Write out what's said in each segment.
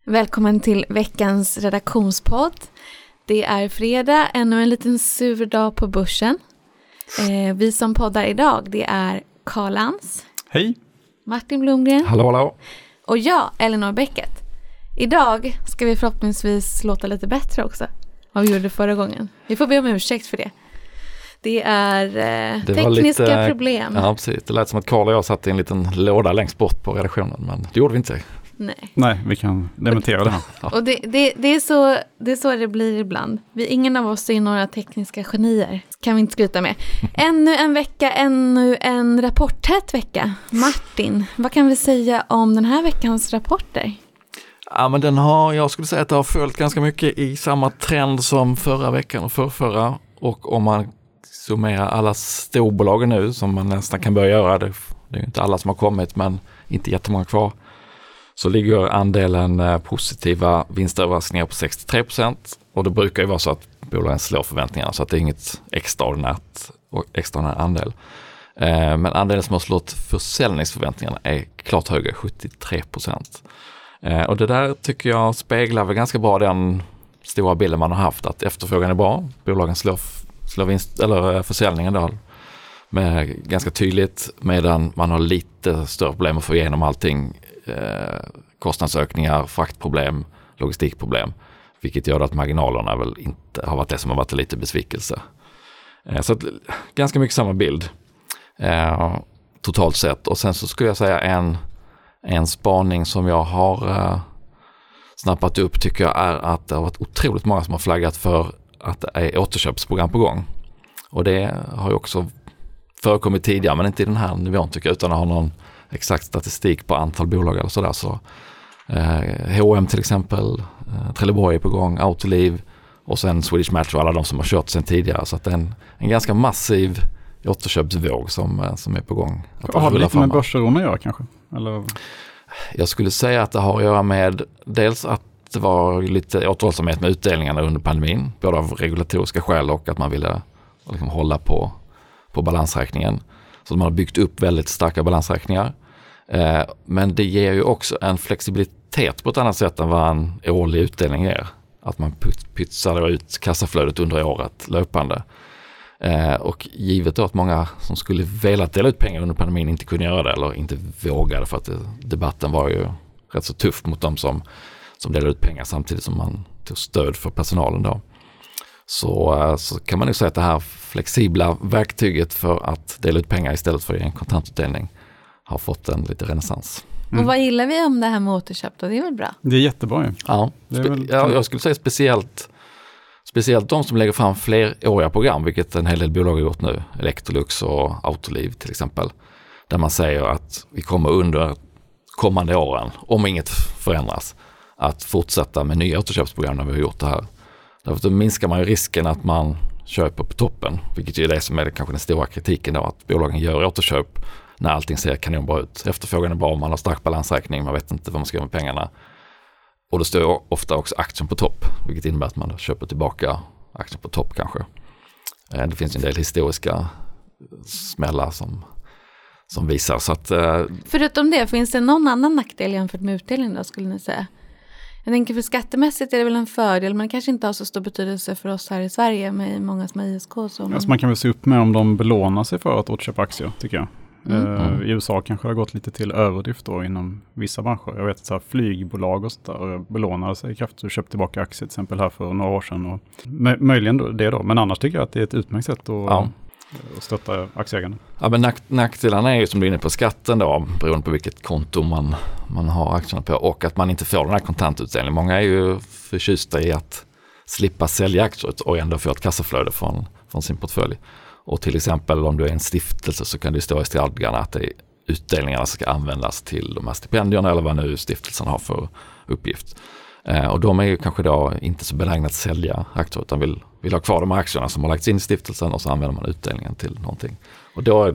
Välkommen till veckans redaktionspodd. Det är fredag, ännu en liten sur dag på börsen. Vi som poddar idag, det är Carl Lantz. Hej. Martin Blomgren. Hallå, hallå. Och jag, Elinor Bäcket. Idag ska vi förhoppningsvis låta lite bättre också. Vad vi gjorde förra gången. Vi får be om ursäkt för det. Det är tekniska problem. Ja, precis. Det lät som att Carl och jag satt i en liten låda längst bort på redaktionen, men det gjorde vi inte. Nej, vi kan dementera det här. Och det är så det blir ibland. Ingen av oss är några tekniska genier. Kan vi inte skryta med. Ännu en vecka, ännu en rapporttät vecka. Martin, vad kan vi säga om den här veckans rapporter? Ja, men jag skulle säga att det har följt ganska mycket i samma trend som förra veckan och förrförra. Och om man summerar alla storbolagen nu, som man nästan kan börja göra, det är ju inte alla som har kommit, men inte jättemånga kvar, så ligger andelen positiva vinstöverraskningar på 63%. Och det brukar ju vara så att bolagen slår förväntningarna, så att det är inget extraordinär andel. Men andelen som har slått försäljningsförväntningarna är klart högre, 73%. Och det där tycker jag speglar väl ganska bra den stora bilden man har haft, att efterfrågan är bra. Bolagen slår försäljningen då med ganska tydligt, medan man har lite större problem att få igenom allting. Kostnadsökningar, fraktproblem, logistikproblem, vilket gör att marginalerna väl inte har varit det som har varit lite besvikelse. Så att, ganska mycket samma bild totalt sett. Och sen så skulle jag säga en spaning som jag har snappat upp, tycker jag, är att det har varit otroligt många som har flaggat för att det är återköpsprogram på gång. Och det har ju också förekommit tidigare, men inte i den här nivån tycker jag, utan att ha någon exakt statistik på antal bolag eller sådär. Så H&M till exempel, Trelleborg är på gång, Autoliv och sen Swedish Match och alla de som har kört sen tidigare. Så att det är en ganska massiv återköpsvåg som är på gång. Har det lite med börseron att göra kanske? Eller? Jag skulle säga att det har att göra med dels att det var lite återhållsamhet med utdelningarna under pandemin, både av regulatoriska skäl och att man ville liksom hålla på balansräkningen. Så de har byggt upp väldigt starka balansräkningar. Men det ger ju också en flexibilitet på ett annat sätt än vad en årlig utdelning ger. Att man pytsar ut kassaflödet under året löpande. Och givet då att många som skulle vilja dela ut pengar under pandemin inte kunde göra det eller inte vågade, för att debatten var ju rätt så tuff mot dem som delade ut pengar samtidigt som man tog stöd för personalen då. Så kan man ju säga att det här flexibla verktyget för att dela ut pengar istället för en kontantutdelning har fått en lite renässans. Och vad gillar vi om det här med återköp då? Det är väl bra? Det är jättebra ju. Ja, jag skulle säga speciellt de som lägger fram fleråriga program, vilket en hel del bolag har gjort nu. Electrolux och Autoliv till exempel. Där man säger att vi kommer under kommande åren, om inget förändras, att fortsätta med nya återköpsprogram när vi har gjort det här. Därför då minskar man ju risken att man köper på toppen, vilket är det som är kanske den stora kritiken då, att bolagen gör återköp när allting ser kanonbra ut. Efterfrågan är bra, man har stark balansräkning, man vet inte vad man ska göra med pengarna. Och då står ofta också aktien på topp, vilket innebär att man köper tillbaka aktien på topp kanske. Det finns en del historiska smällar som visar. Så att, förutom det, finns det någon annan nackdel jämfört med utdelning då, skulle ni säga? Jag tänker för skattemässigt är det väl en fördel, men kanske inte har så stor betydelse för oss här i Sverige med många som har ISK. Alltså man kan väl se upp med om de belånar sig för att återköpa aktier, tycker jag. I USA kanske det har gått lite till överdrift då inom vissa branscher. Jag vet att så här, flygbolag och sånt där belånade sig kraftigt och köpte tillbaka aktier till exempel här för några år sedan. Och möjligen då, det då, men annars tycker jag att det är ett utmärkt sätt att stötta aktieägarna. Ja, men nackdelarna är ju som du är inne på skatten då, beroende på vilket konto man har aktierna på, och att man inte får den här kontantutdelningen. Många är ju förtjusta i att slippa sälja aktier och ändå få ett kassaflöde från sin portfölj. Och till exempel om du är en stiftelse så kan det stå i stadgarna att utdelningarna ska användas till de här stipendierna eller vad nu stiftelsen har för uppgift. Och de är ju kanske då inte så benägna att sälja aktier, utan vill ha kvar de här aktierna som har lagts in i stiftelsen, och så använder man utdelningen till någonting. Och då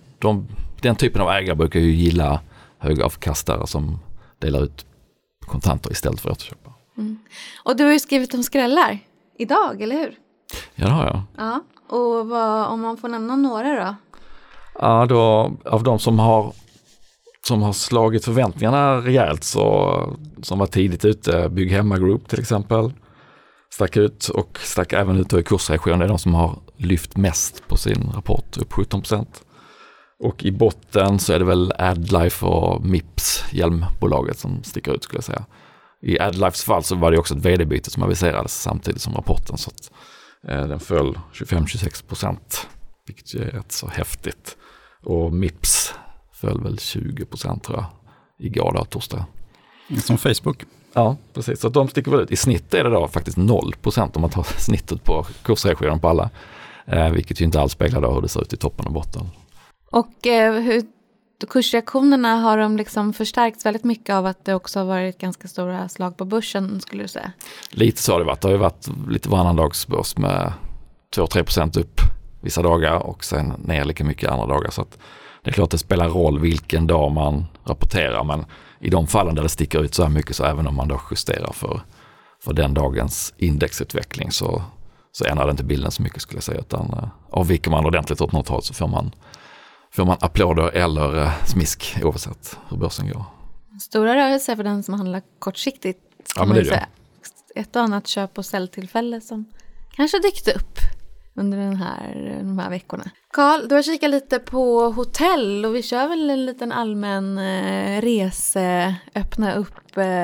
den typen av ägare brukar ju gilla högavkastare som delar ut kontanter istället för att köpa. Mm. Och du har ju skrivit om skrällar idag, eller hur? Ja, det har jag. Ja. Och om man får nämna några då? Ja, då av de som har som har slagit förväntningarna rejält, som var tidigt ute, Bygg Hemma Group till exempel, stack ut och stack även ut i kursreaktion. Det är de som har lyft mest på sin rapport, upp 17%. Och i botten så är det väl AdLife och Mips, hjälmbolaget, som sticker ut skulle jag säga. I AdLifes fall så var det också ett vd-byte som aviserades samtidigt som rapporten, så att den föll 25-26%, vilket är rätt så häftigt. Och Mips föll väl 20% tror jag igår då, torsdag. Som Facebook. Ja, precis. Så de sticker väl ut. I snitt är det då faktiskt 0% om man tar snittet på kursreaktionen på alla. Vilket ju inte alls speglar då hur det ser ut i toppen och botten. Och hur kursreaktionerna, har de liksom förstärkts väldigt mycket av att det också har varit ganska stora slag på börsen, skulle du säga? Lite så har det varit. Det har ju varit lite varannandagsbörs med 2-3% upp vissa dagar och sen ner lika mycket andra dagar. Så att det är klart att det spelar roll vilken dag man rapporterar, men i de fallen där det sticker ut så här mycket, så även om man då justerar för den dagens indexutveckling så ändrar det inte bilden så mycket, skulle jag säga, utan avviker man ordentligt åt något håll så får man applåder eller smisk oavsett hur börsen går. Stora rörelser för den som handlar kortsiktigt, kan man säga. Ett och annat köp- och säljtillfälle som kanske dykt upp under de här veckorna. Carl, du har kikat lite på hotell och vi kör väl en liten allmän öppna upp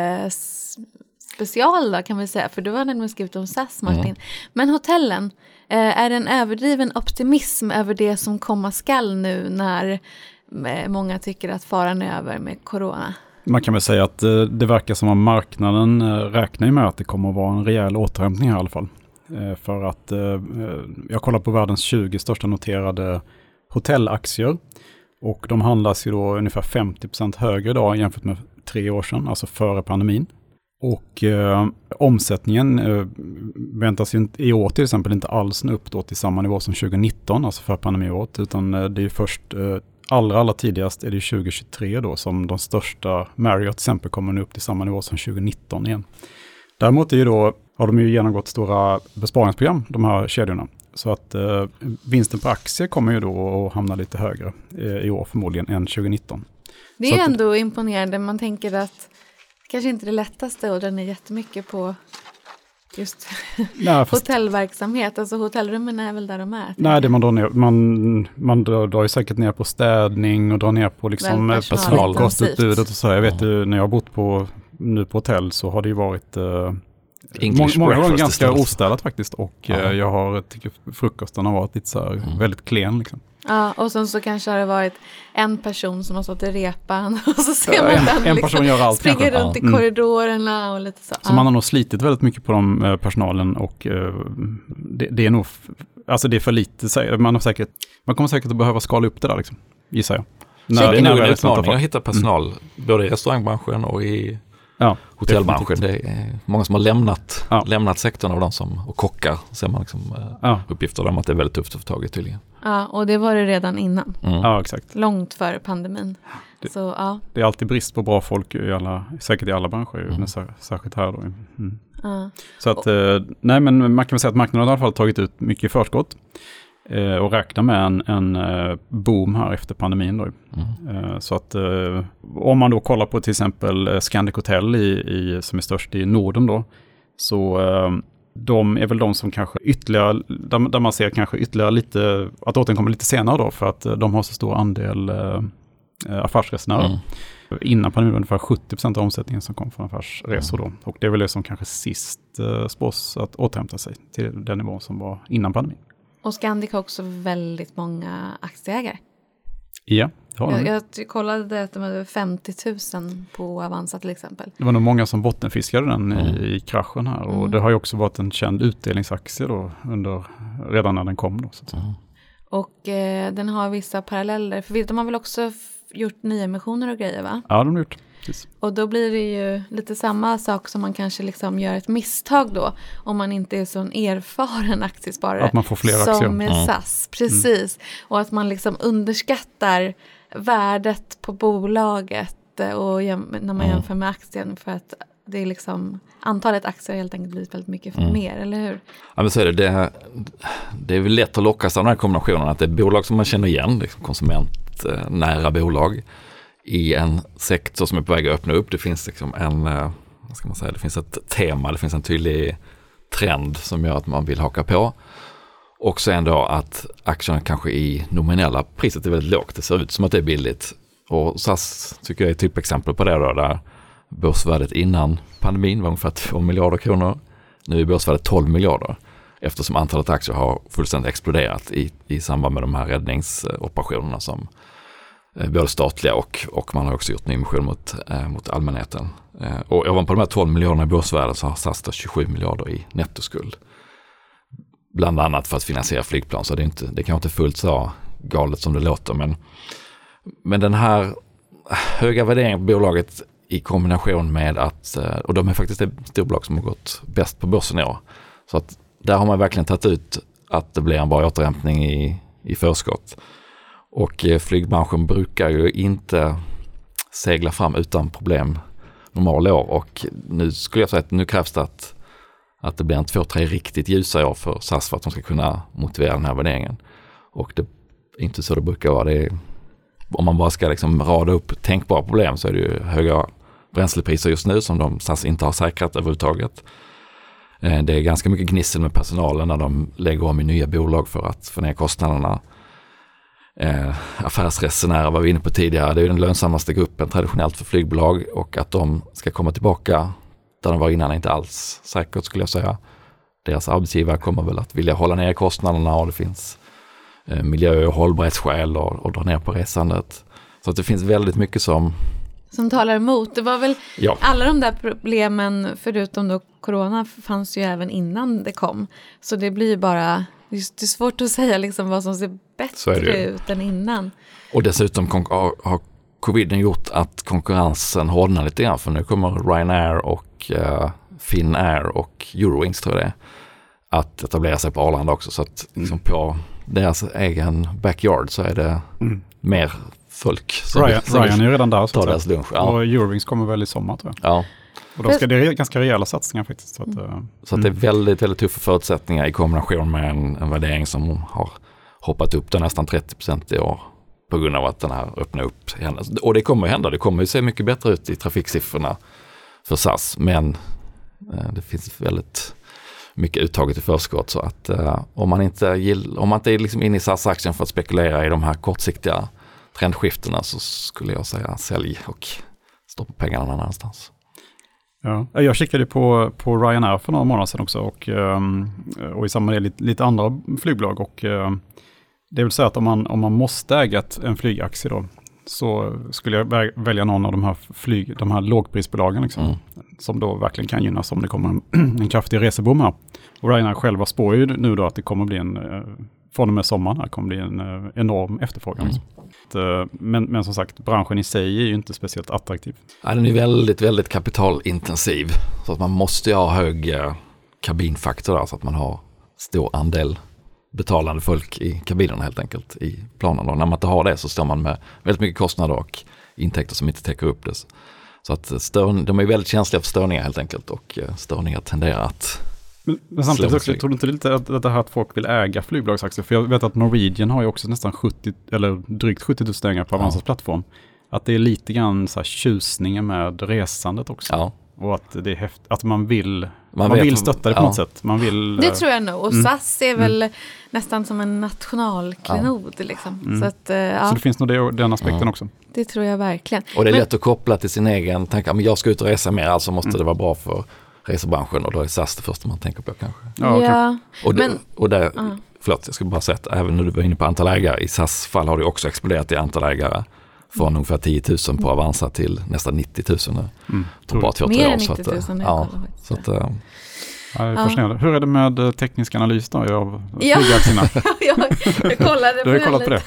special då, kan vi säga. För du har nämligen skrivit om SAS, Martin. Men hotellen, är det en överdriven optimism över det som komma skall nu när många tycker att faran är över med corona? Man kan väl säga att det verkar som att marknaden räknar med att det kommer att vara en rejäl återhämtning här i alla fall. För att jag kollar på världens 20 största noterade hotellaktier och de handlas ju då ungefär 50% högre idag jämfört med 3 år sedan, alltså före pandemin. Och omsättningen väntas ju i år till exempel inte alls nå upp då till samma nivå som 2019, alltså för pandemiåret, utan det är ju först allra tidigast är det 2023 då som de största Marriott till exempel kommer nå upp till samma nivå som 2019 igen. Däremot har de ju genomgått stora besparingsprogram, de här kedjorna. Så att vinsten på aktier kommer ju då att hamna lite högre i år förmodligen än 2019. Det är ändå imponerande. Man tänker att kanske inte det lättaste och den är jättemycket på just hotellverksamhet. Alltså hotellrummen är väl där de är. Nej, det man drar ner, man drar ju säkert ner på städning och drar ner på liksom personalkostutbudet och så. Jag vet ju, när jag har bott på hotell så har det ju varit många gånger ganska ostädat faktiskt. Och jag tycker frukosten har varit lite så här väldigt klen liksom. Ja, och sen så kanske har det varit en person som har stått i repan och så ser man den en person gör allt, springer runt i korridorerna och lite så. Så man har nog slitit väldigt mycket på de personalen och det är nog, alltså det är för lite, man kommer säkert att behöva skala upp det där liksom, gissar jag. Det är nog en utmaning att hitta personal både i restaurangbranschen och i hotellbranschen. Det är många som har lämnat sektorn av de och kockar, ser man liksom, uppgifter om att det är väldigt tufft att få tag i tydligen. Ja, och det var det redan innan. Ja, exakt. Långt före pandemin. Det är alltid brist på bra folk säkert i alla branscher, men särskilt här då. Så att, nej, men man kan väl säga att marknaden har i alla fall tagit ut mycket i förskott och räknar med en boom här efter pandemin då. Så att om man då kollar på till exempel Scandic Hotel som är störst i Norden då, så de är väl de som kanske ytterligare, där man ser kanske ytterligare lite, att återkomma lite senare då, för att de har så stor andel affärsresenärer. Innan pandemin ungefär 70% av omsättningen som kom från affärsresor då. Och det är väl det som kanske sist spås att återhämta sig till den nivån som var innan pandemin. Och Scandic har också väldigt många aktieägare. Ja, det har de. Jag kollade att de hade 50 000 på Avanza till exempel. Det var nog många som bottenfiskade den i kraschen här. Och det har ju också varit en känd utdelningsaktie då redan när den kom då. Så att säga. Och den har vissa paralleller. För de har väl också gjort nyemissioner och grejer, va? Ja, de har gjort. Precis. Och då blir det ju lite samma sak som man kanske liksom gör ett misstag då. Om man inte är sån erfaren aktiesparare. Att man får fler aktier. Som med SAS, precis. Och att man liksom underskattar värdet på bolaget och när man jämför med aktien, för att det är liksom, antalet aktier har helt enkelt blivit väldigt mycket mer, eller hur? Ja, men så är det är väl lätt att lockas av den här kombinationen, att det är bolag som man känner igen, liksom konsumentnära bolag. i en sektor som är på väg att öppna upp. Det finns liksom vad ska man säga, det finns ett tema, det finns en tydlig trend som gör att man vill haka på. Och sen då att aktierna kanske i nominella priset är väldigt lågt. Det ser ut som att det är billigt. Och SAS tycker jag är ett typexempel på det då, där börsvärdet innan pandemin var ungefär 2 miljarder kronor. Nu är börsvärdet 12 miljarder eftersom antalet aktier har fullständigt exploderat i samband med de här räddningsoperationerna som både statliga och man har också gjort nyemission mot allmänheten. Och ovanpå de här 12 miljarderna i börsvärde så har SAS 27 miljarder i nettoskuld. Bland annat för att finansiera flygplan, så det kan inte fullt så galet som det låter. Men den här höga värderingen på bolaget i kombination med att, och de är faktiskt det storbolag som har gått bäst på börsen i år. Så att där har man verkligen tagit ut att det blir en bra återhämtning i förskott. Och flygbranschen brukar ju inte segla fram utan problem normala år. Och nu skulle jag säga att nu krävs det att det blir 2-3 riktigt ljusa år för SAS för att de ska kunna motivera den här värderingen. Och det är inte så det brukar vara. Om man bara ska liksom rada upp tänkbara problem så är det ju höga bränslepriser just nu som SAS inte har säkrat överhuvudtaget. Det är ganska mycket gnissel med personalen när de lägger om i nya bolag för att få ner kostnaderna. Affärsresenärer var vi inne på tidigare. Det är den lönsammaste gruppen traditionellt för flygbolag, och att de ska komma tillbaka där de var innan är inte alls säkert, skulle jag säga. Deras arbetsgivare kommer väl att vilja hålla ner kostnaderna, och det finns miljö- och hållbarhetsskäl och dra ner på resandet. Så att det finns väldigt mycket som talar emot. Det var väl alla de där problemen, förutom då corona, fanns ju även innan det kom. Så det blir ju bara, det är svårt att säga liksom vad som ser bättre ut än innan. Och dessutom har coviden gjort att konkurrensen hårdnar lite grann, för nu kommer Ryanair och Finnair och Eurowings, tror jag det är, att etablera sig på Arlanda också. Så att liksom på deras egen backyard så är det mer folk. Ryan är ju redan där. Så deras lunch. Ja. Och Eurowings kommer väl i sommar, tror jag. Ja. Och då ska det är ganska rejäla satsningar faktiskt. Så att det är väldigt, väldigt tuffa förutsättningar i kombination med en värdering som har hoppat upp till nästan 30% i år på grund av att den här öppnar upp. Och det kommer hända. Det kommer ju se mycket bättre ut i trafiksiffrorna för SAS. Men det finns väldigt mycket uttaget i förskott, så att om man inte är liksom inne i SAS-aktien för att spekulera i de här kortsiktiga trendskiftena, så skulle jag säga sälj och stoppa pengarna någon annanstans. Ja, jag kikade på Ryanair för några månader sedan också, och i samband med lite andra flygbolag, och det vill säga att om man måste äga en flygaktie då, så skulle jag välja någon av de här lågprisbolagen liksom, som då verkligen kan gynnas om det kommer en kraftig reseboom här. Och Ryanair själva spår ju nu då att det kommer bli från och med sommaren här kommer bli en enorm efterfrågan. Men som sagt, branschen i sig är ju inte speciellt attraktiv. Ja, den är väldigt, väldigt kapitalintensiv, så att man måste ha hög kabinfaktor där, så att man har stor andel betalande folk i kabinerna helt enkelt i planen. Och när man inte har det så står man med väldigt mycket kostnader och intäkter som inte täcker upp det. Så att de är väldigt känsliga för störningar helt enkelt, och störningar tenderar att men samtidigt också, tror du inte lite att det här att folk vill äga flygbolagsaktier? För jag vet att Norwegian har ju också nästan 70 eller drygt 70 000 ägare på Avanzas plattform. Att det är lite grann så här tjusningen med resandet också. Ja. Och att det är häftigt, att man vill stötta det på något sätt. Man vill, det tror jag nog. Och SAS är väl nästan som en nationalklenod. Liksom. Så det finns nog den aspekten också. Det tror jag verkligen. Och det är lätt att koppla till sin egen tanke. Men jag ska ut och resa mer, alltså måste det vara bra för resebranschen, och då är SAS det första man tänker på kanske. Ja. Förlåt, jag ska bara säga att även när du var inne på antal ägare, i SAS fall har det också exploderat i antal ägare från ungefär 10 000 på Avanza till nästan 90 000 på bara 2-3 år. Mer än 90 000 så att, det är fascinerande. Hur är det med teknisk analys då av flygaktierna? jag kollade du har kollat på det.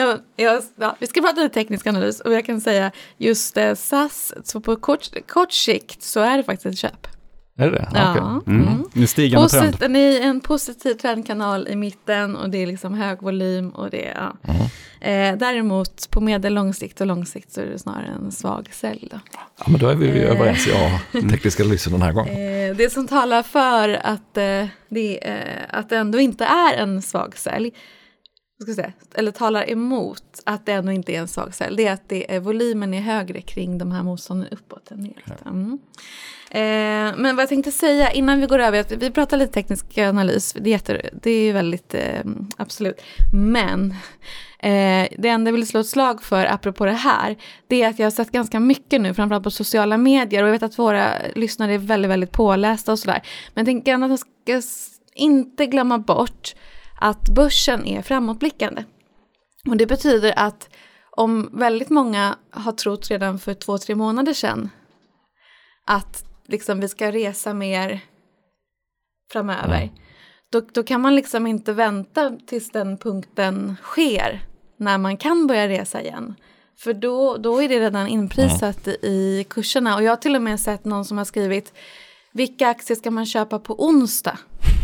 Vi ska prata om teknisk analys, och jag kan säga just SAS, så på kort sikt så är det faktiskt ett köp. Är det? Ja. Okay. Stigande trend. Den är en positiv trendkanal i mitten, och det är liksom hög volym, och det är däremot på medellång sikt och lång sikt så är det snarare en svag sälj då. Ja, men då är vi överens tekniska analysen den här gången. Det som talar för att det ändå inte är en svag sälj, eller talar emot att det ändå inte är en svag sälj, det är att volymen är högre kring de här motstånden uppåt än neråt. Men vad jag tänkte säga innan vi går över, att vi pratar lite teknisk analys, det är ju väldigt absolut, men det enda jag vill slå ett slag för apropå det här, det är att jag har sett ganska mycket nu, framförallt på sociala medier, och jag vet att våra lyssnare är väldigt, väldigt pålästa och sådär, men jag tänker att jag ska inte glömma bort att börsen är framåtblickande. Och det betyder att om väldigt många har trott redan för 2-3 månader sedan att liksom vi ska resa mer framöver, då kan man liksom inte vänta tills den punkten sker när man kan börja resa igen. För då är det redan inprisat i kurserna. Och jag har till och med sett någon som har skrivit, vilka aktier ska man köpa på onsdag?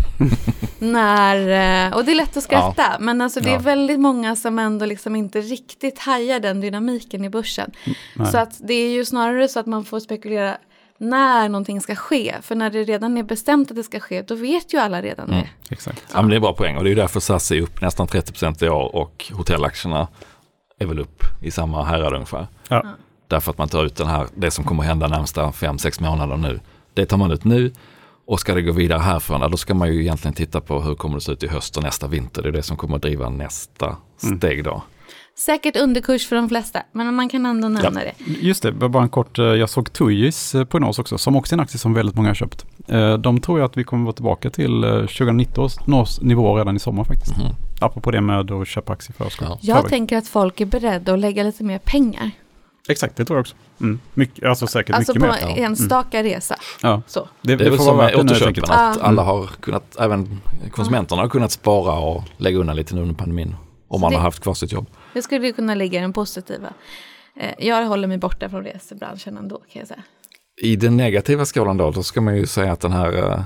Och det är lätt att skratta, men alltså det är väldigt många som ändå liksom inte riktigt hajar den dynamiken i börsen. Så att det är ju snarare så att man får spekulera när någonting ska ske, för när det redan är bestämt att det ska ske, då vet ju alla redan det. Exakt. Ja, men det är bra poäng, och det är därför SAS är upp nästan 30% i år och hotellaktierna är väl upp i samma härad ungefär. Därför att man tar ut det som kommer hända närmsta 5-6 månader nu. Det tar man ut nu. Och ska det gå vidare härifrån, då ska man ju egentligen titta på hur kommer det se ut i höst och nästa vinter. Det är det som kommer att driva nästa steg då. Säkert underkurs för de flesta, men man kan ändå nämna det. Just det, bara en kort, jag såg Tujis prognos också, som också är en aktie som väldigt många har köpt. De tror att vi kommer vara tillbaka till 2019 års nivå redan i sommar faktiskt. Apropå det med att köpa aktier förskott. Jag tänker att folk är beredda att lägga lite mer pengar. Exakt, det tror jag också. Mycket, säkert mycket mer. Alltså på enstaka resa. Ja. Så. Det är väl som med återköpen, att alla har kunnat, även konsumenterna har kunnat spara och lägga undan lite nu under pandemin. Om man har haft kvar sitt jobb. Det skulle kunna ligga i den positiva. Jag håller mig borta från resebranschen ändå, kan jag säga. I den negativa skalan då ska man ju säga att den här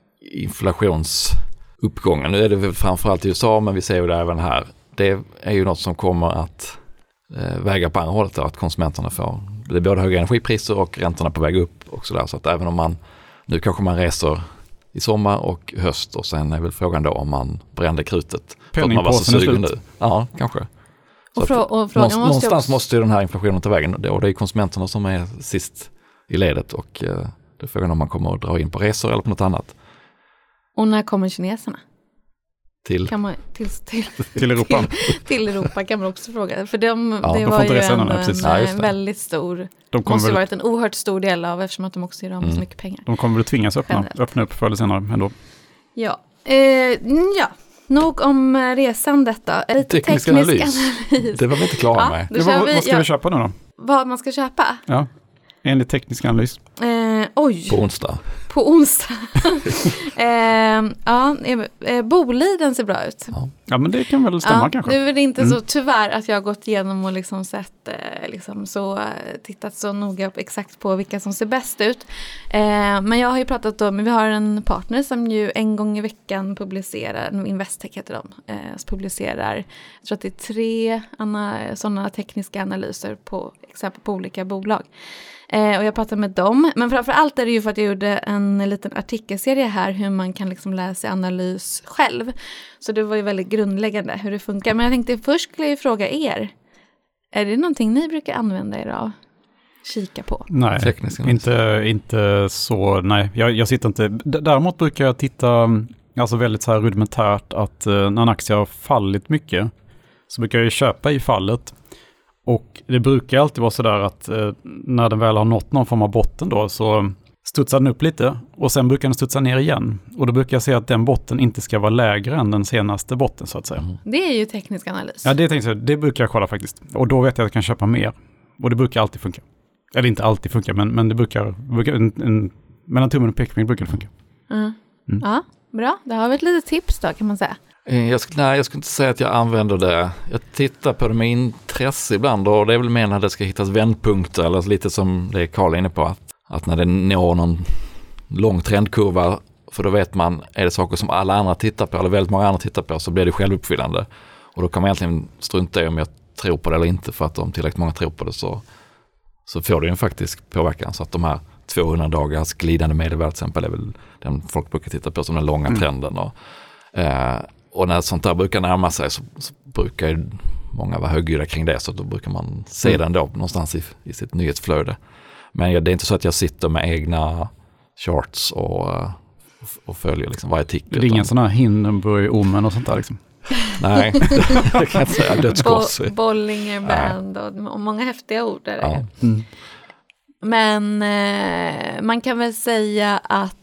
inflationsuppgången, nu är det väl framförallt i USA, men vi ser ju det även här. Det är ju något som kommer att väga på andra hållet, att konsumenterna får. Det är både höga energipriser och räntorna på väg upp och sådär. Så att även om nu kanske man reser i sommar och höst, och sen är väl frågan då om man brände krutet. För att man var så sugen nu. Ja, kanske. Och någonstans måste ju den här inflationen ta vägen, och det är konsumenterna som är sist i ledet, och det är frågan om man kommer att dra in på resor eller på något annat. Och när kommer kineserna? Till Europa. Till Europa kan man också fråga. För det var ju en väldigt stor, måste varit en oerhört stor del av, eftersom att de också gör så mycket pengar. De kommer väl tvingas öppna upp förr eller senare ändå. Ja. Nog om resandet då. Lite teknisk analys. Det var vi inte klara med. Vad ska vi köpa nu då? Vad man ska köpa? Ja, enligt teknisk analys. På onsdag. Boliden ser bra ut. Ja, men det kan väl stämma kanske. Det är väl inte så tyvärr att jag har gått igenom och liksom sett tittat så noga exakt på vilka som ser bäst ut. Men jag har ju pratat om, vi har en partner som ju en gång i veckan publicerar, Investec heter de, publicerar, jag tror att det är 3 sådana tekniska analyser på exempel på olika bolag. Och jag pratar med dem. Men framförallt är det ju för att jag gjorde en liten artikelserie här hur man kan liksom lära sig analys själv. Så det var ju väldigt grundläggande hur det funkar. Men jag tänkte först skulle jag fråga er. Är det någonting ni brukar använda er av? Kika på? Nej, inte så. Nej, jag sitter inte. Däremot brukar jag titta alltså väldigt så här rudimentärt att när en aktie har fallit mycket så brukar jag köpa i fallet. Och det brukar alltid vara sådär att när den väl har nått någon form av botten då så studsar den upp lite och sen brukar den studsa ner igen. Och då brukar jag säga att den botten inte ska vara lägre än den senaste botten så att säga. Det är ju teknisk analys. Ja, det brukar jag kolla faktiskt. Och då vet jag att jag kan köpa mer. Och det brukar alltid funka. Eller inte alltid funka, men det brukar mellan tummen och pekfingret brukar det funka. Ja, bra. Det har vi ett litet tips då kan man säga. Jag skulle inte säga att jag använder det. Jag tittar på det med intresse ibland, och det är väl mer när det ska hittas vändpunkter, eller lite som det Carl är inne på, att när det når någon lång trendkurva, för då vet man, är det saker som alla andra tittar på, eller väldigt många andra tittar på, så blir det självuppfyllande. Och då kan man egentligen strunta i om jag tror på det eller inte, för att om tillräckligt många tror på det så får det ju en faktisk påverkan. Så att de här 200 dagars glidande medelvärde till exempel är väl den folk brukar titta på som den långa trenden. Och när sånt där brukar närma sig så brukar ju många vara högljudda kring det, så då brukar man se den då någonstans i sitt nyhetsflöde. Men det är inte så att jag sitter med egna charts och följer liksom varje artikel. Det är ingen sån här Hindenburg-Omen och sånt där liksom? Nej, det kan jag inte säga. Dödskors. Bollinger Band och många häftiga ord där. Ja. Men man kan väl säga att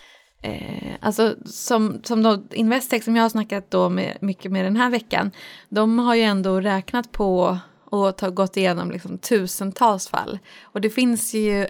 alltså som då Investec som jag har snackat då mycket med den här veckan, de har ju ändå räknat på och gått igenom liksom tusentals fall. Och det finns ju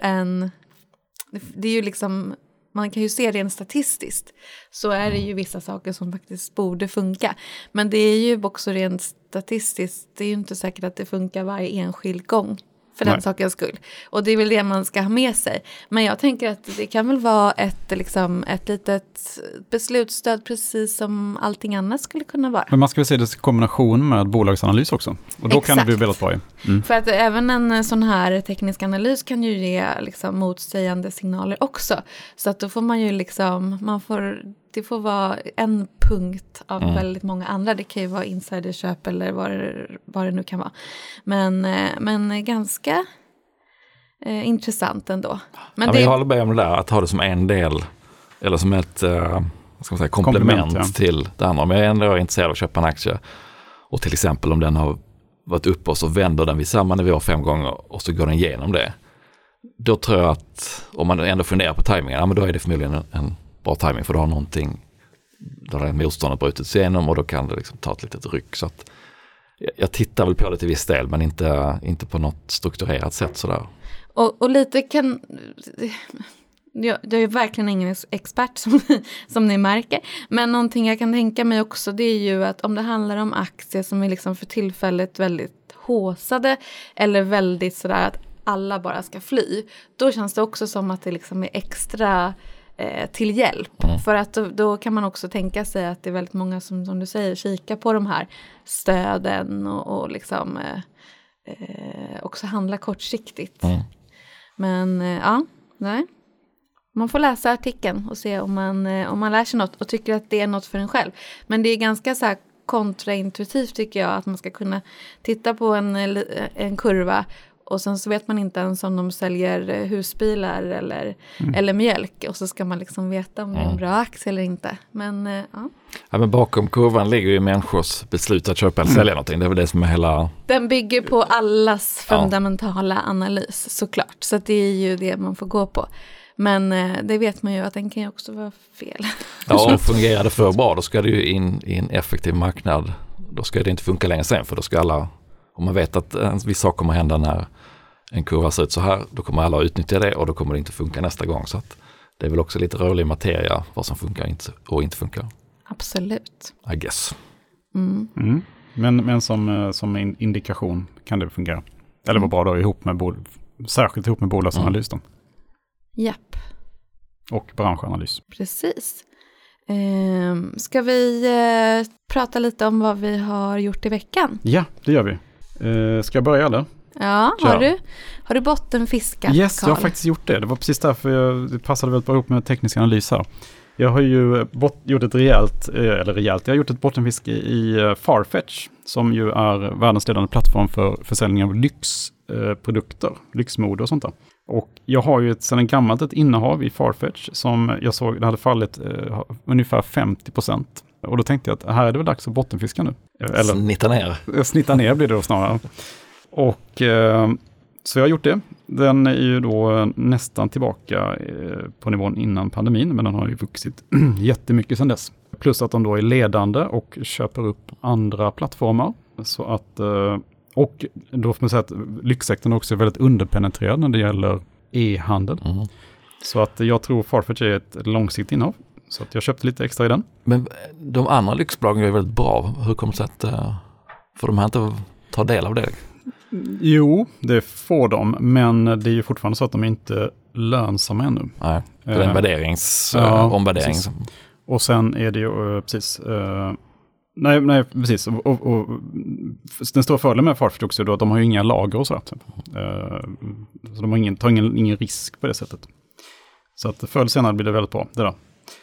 det är ju liksom, man kan ju se rent statistiskt, så är det ju vissa saker som faktiskt borde funka. Men det är ju också rent statistiskt, det är ju inte säkert att det funkar varje enskild gång för den sakens skull. Och det är väl det man ska ha med sig. Men jag tänker att det kan väl vara ett litet beslutsstöd precis som allting annat skulle kunna vara. Men man ska väl se det i kombination med bolagsanalys också. Och då kan det bli väldigt bra. För att även en sån här teknisk analys kan ju ge liksom motsägande signaler också. Så att då får man ju liksom, det får vara en punkt av väldigt många andra. Det kan ju vara insiderköp eller vad det nu kan vara. Men ganska intressant ändå. Men jag håller med om det där, att ha det som en del eller som ett komplement till det andra. Men jag är ändå intresserad av att köpa en aktie och till exempel om den har varit uppe och så vänder den vid samma nivå 5 gånger och så går den igenom det. Då tror jag att om man ändå funderar på tajmingen, men då är det förmodligen en bra timing, för då har någonting, då har en motståndare brutits igenom och då kan det liksom ta ett litet ryck. Så att jag tittar väl på det till viss del, men inte på något strukturerat sätt sådär. Och lite kan... Jag är verkligen ingen expert som ni märker. Men någonting jag kan tänka mig också, det är ju att om det handlar om aktier som är liksom för tillfället väldigt håsade eller väldigt sådär att alla bara ska fly, då känns det också som att det liksom är extra till hjälp. För att då kan man också tänka sig att det är väldigt många som du säger kikar på de här stöden och liksom också handla kortsiktigt. Men nej. Man får läsa artikeln och se om man lär sig något och tycker att det är något för en själv. Men det är ganska så här kontraintuitivt tycker jag, att man ska kunna titta på en kurva och sen så vet man inte ens om de säljer husbilar eller mjölk, och så ska man liksom veta om det är en bra aktie eller inte. Men men bakom kurvan ligger ju människors beslut att köpa eller sälja någonting. Det är väl det som är hela... Den bygger på allas fundamentala analys såklart. Så att det är ju det man får gå på. Men det vet man ju att den kan ju också vara fel. Ja, fungerar det för bra, då ska det ju in i en effektiv marknad. Då ska det inte funka längre sen, för då ska alla, om man vet att en viss sak kommer hända när en kurva ser ut så här, då kommer alla utnyttja det och då kommer det inte funka nästa gång. Så att det är väl också lite rörlig materia vad som funkar och inte funkar. Absolut. I guess. Men som indikation kan det fungera. Eller vara bra då särskilt ihop med bolagsanalys då. Japp. Och branschanalys. Precis. Ska vi prata lite om vad vi har gjort i veckan? Ja, det gör vi. Ska jag börja eller? Ja, har du bottenfiskat? Yes, Carl? jag har faktiskt gjort det. Det var precis därför det passade väldigt bra ihop med teknisk analys här. Jag har ju gjort ett jag har gjort ett bottenfiske i Farfetch, som ju är världens ledande plattform för försäljning av lyxprodukter, lyxmode och sånt där. Och jag har ju sedan gammalt ett innehav i Farfetch som jag såg, det hade fallit ungefär 50%. Och då tänkte jag att här är det väl dags att bottenfiska nu. Eller snitta ner blir det då snarare. Och så jag har gjort det. Den är ju då nästan tillbaka på nivån innan pandemin, men den har ju vuxit jättemycket sedan dess. Plus att de då är ledande och köper upp andra plattformar. Så att, och då får man säga att lyxsektorn också är väldigt underpenetrerad när det gäller e-handel. Så att jag tror Farfetch är ett långsiktigt innehav. Så att jag köpte lite extra i den. Men de andra lyxbolagen är väldigt bra. Hur kommer det sig att får de här inte ta del av det? Jo, det får de, men det är ju fortfarande så att de är inte lönsamma ännu. Nej, det är en omvärdering. Och sen är det ju precis... Nej, precis. Och den stora fördelen med Farfetch också är då att de har ju inga lager och så. Så de har ingen risk på det sättet. Så att förr eller senare blir det väldigt bra. Det där.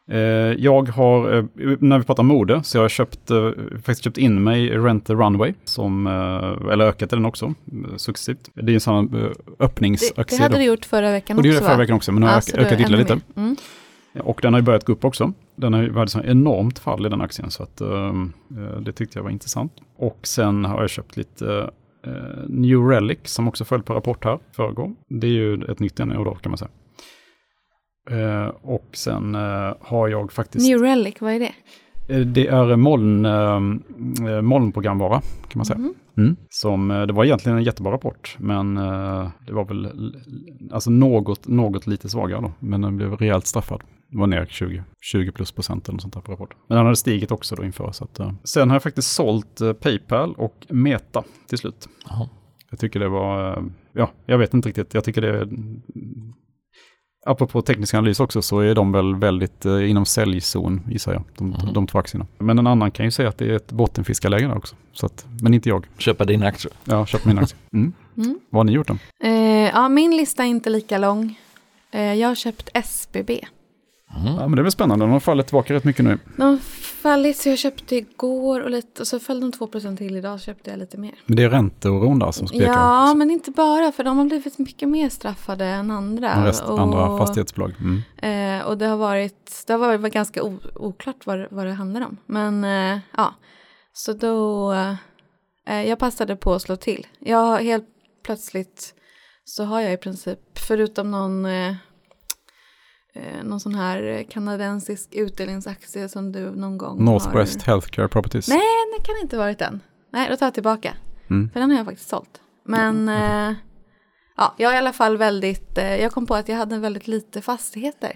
Jag har, när vi pratar mode, så jag har faktiskt köpt in mig Rent the Runway, eller ökat den också, successivt. Det är en sån öppningsaktie. Det hade du gjort förra veckan också, och det gjorde förra veckan också, men nu har jag ökat ytterligare lite. Mm. Och den har ju börjat gå upp också. Den har ju varit så enormt fall i den aktien, så att det tyckte jag var intressant. Och sen har jag köpt lite New Relic, som också följde på rapport här förrgår. Det är ju ett nytt ämne då, kan man säga. Och sen har jag faktiskt... New Relic, vad är det? Det är molnprogramvara, kan man säga. Det var egentligen en jättebra rapport, men det var väl alltså något lite svagare då. Men den blev rejält straffad. Det var ner 20% eller något sånt här på rapporten. Men den hade stigit också då inför. Så att, sen har jag faktiskt sålt PayPal och Meta till slut. Aha. Jag tycker det var... jag vet inte riktigt. Jag tycker det är... Apropå teknisk analys också, så är de väl väldigt inom säljzon, gissar jag, de två aktierna. Men en annan kan ju säga att det är ett bottenfiskarläge där också. Så att, men inte jag. Köpa dina aktier. Ja, köpa mina aktier. Vad har ni gjort då? Min lista är inte lika lång. Jag har köpt SBB. Ja, men det är väl spännande. De har fallit tillbaka rätt mycket nu. De har fallit, så jag köpte igår och så föll de 2% till idag, så köpte jag lite mer. Men det är ränteoron där som spekar. Ja, men inte bara, för de har blivit mycket mer straffade än andra. Andra fastighetsbolag. Och det har varit ganska oklart vad det handlar om. Men så då jag passade på att slå till. Jag helt plötsligt så har jag i princip, förutom någon sån här kanadensisk utdelningsaktie som du någon gång Northwest Healthcare Properties. Nej, det kan inte varit den. Nej, då tar jag tillbaka. För den har jag faktiskt sålt. Men jag är i alla fall väldigt... jag kom på att jag hade väldigt lite fastigheter.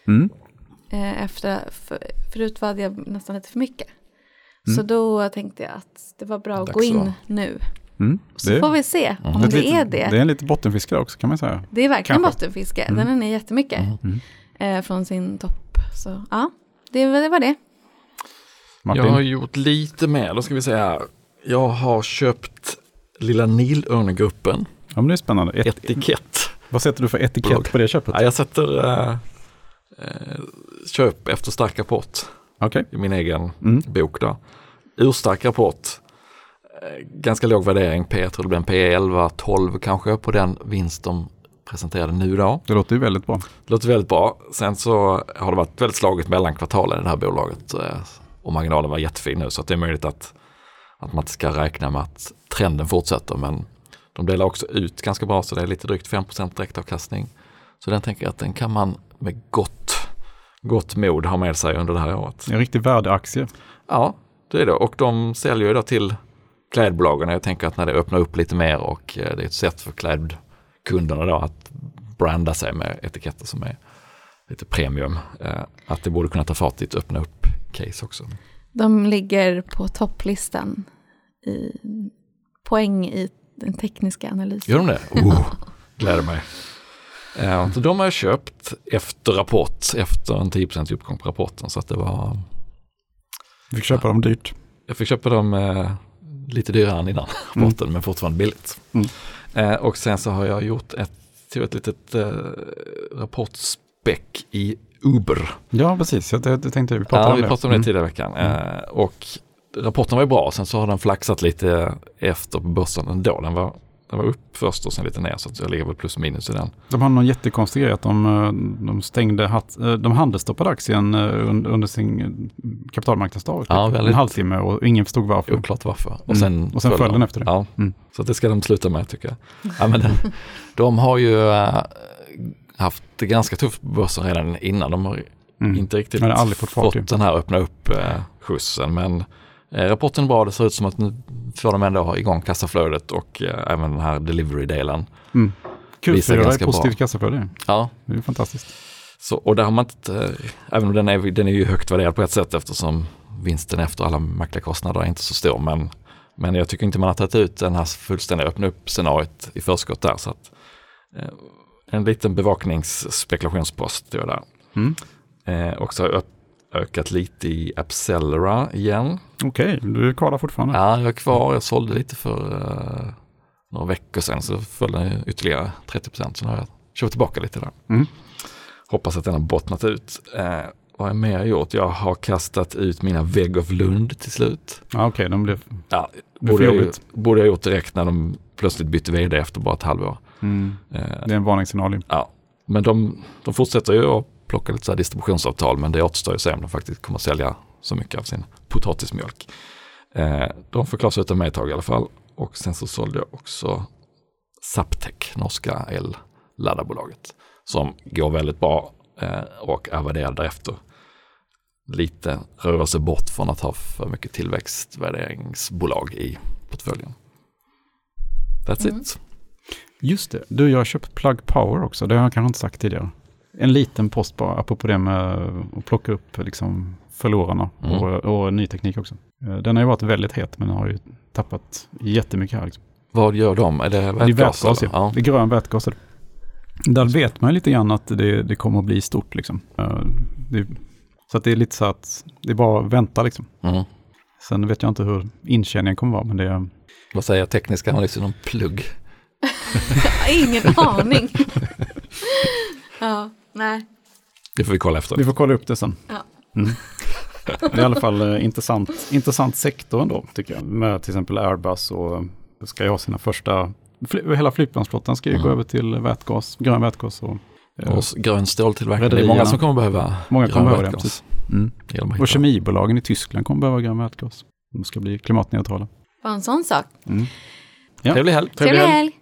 Förut hade jag nästan lite för mycket. Så då tänkte jag att det var bra att gå in nu. Så får vi se om det är det. Det är en lite bottenfiske också, kan man säga. Det är verkligen bottenfiske. Den är ner jättemycket från sin topp. Så ja, det var det. Martin? Jag har gjort lite mer, då ska vi säga här. Jag har köpt lilla Nilörnegruppen. Ja, men det är spännande. Etikett. Vad sätter du för etikett på det köpet? Ja, jag sätter köp efter stark rapport. Okay. I min egen bok då. Urstark rapport. Ganska låg värdering, jag tror det blir en P11-12 kanske på den vinst de presenterade nu då. Det låter ju väldigt bra. Det låter väldigt bra. Sen så har det varit väldigt slagit mellan kvartalen i det här bolaget och marginalen var jättefin nu, så att det är möjligt att man inte ska räkna med att trenden fortsätter, men de delar också ut ganska bra, så det är lite drygt 5% direktavkastning. Så den tänker jag att den kan man med gott mod ha med sig under det här året. En riktig värdeaktie. Ja, det är det. Och de säljer ju då till klädbolagen. Jag tänker att när det öppnar upp lite mer och det är ett sätt för klädkunderna då att branda sig med etiketter som är lite premium. Att det borde kunna ta fart i ett öppna upp case också. De ligger på topplistan i poäng i den tekniska analysen. Gör de det? Gläder mig. Så de har jag köpt efter en 10% uppgång på rapporten, så att det var... Du fick köpa dem dyrt. Jag fick köpa dem lite dyrare än innan rapporten, men fortfarande billigt. Och sen så har jag gjort ett litet rapportspeck i Uber. Ja, precis. Jag tänkte vi pratade om det. Vi pratade om det tidigare veckan. Och rapporten var ju bra, sen så har den flaxat lite efter på börsen ändå. Den var upp först och sen lite ner, så att jag ligger väl plus minus i den. De har någon jättekonstig grej att de stängde de handelsstoppade aktien under sin kapitalmarknadsdag. En halvtimme och ingen förstod varför. Oklart varför. Och sen föll den efter det. Ja. Så det ska de sluta med, tycker jag. Ja, men de har ju haft det ganska tufft på börsen redan innan. De har inte riktigt fått den här öppna upp skjutsen, men rapporten är bra. Det ser ut som att nu får de ändå ha igång kassaflödet och även den här delivery-delen. Kul för det är positivt kassaflöde. Ja. Det är fantastiskt. Så, och där har man inte, även om den är ju högt värderad på ett sätt, eftersom vinsten efter alla maklarkostnader är inte så stor. Men jag tycker inte man har tagit ut den här fullständiga öppna upp scenariot i förskott där. Så att, en liten bevakningsspekulationspost gör där. Också har ökat lite i Appcellera igen. Okej, du är kvar där fortfarande? Ja, jag är kvar. Jag sålde lite för några veckor sedan, så föll den ytterligare 30%. Så nu har jag köpt tillbaka lite där. Hoppas att den har bottnat ut. Vad har jag mer gjort? Jag har kastat ut mina Vägg of Lund till slut. Ja, okej, de blev... Ja, borde jag ha gjort direkt när de plötsligt bytte vd efter bara ett halvår. Det är en varningssignal. Ja, men de fortsätter ju att plocka lite så här distributionsavtal, men det återstår ju att se om de faktiskt kommer att sälja så mycket av sin potatismjölk. De får klara sig utan mig ett tag i alla fall. Och sen så sålde jag också Zaptec, norska el-laddarbolaget, som går väldigt bra och är värderad därefter. Lite röra sig bort från att ha för mycket tillväxtvärderingsbolag i portföljen. That's it. Just det. Du, jag har köpt Plug Power också. Det har jag kanske inte sagt tidigare. En liten post bara, apropå det med att plocka upp liksom förlorarna och ny teknik också. Den har ju varit väldigt het, men har ju tappat jättemycket här. Liksom. Vad gör de? Är det vätgas? Ja. Det är grön vätgas. Där vet man ju lite grann att det kommer att bli stort. Liksom. Så att det är lite så att det är bara att vänta. Liksom. Sen vet jag inte hur intjäningen kommer vara. Men det är... Vad säger jag? Tekniska analysen om plugg? Ingen aning. Ja, nej. Det får vi kolla efter. Vi får kolla upp det sen. Ja. Det är i alla fall intressant sektor ändå, tycker jag. Med till exempel Airbus och ska ju ha sina första... Hela flygplansflottan ska ju gå över till vätgas, grön vätgas och grön ståltillverkning. Det är många som kommer behöva grön vätgas. Och kemibolagen i Tyskland kommer behöva grön vätgas. De ska bli klimatneutrala. Bara en sån sak. Ja. Trevlig helg. Trevlig helg.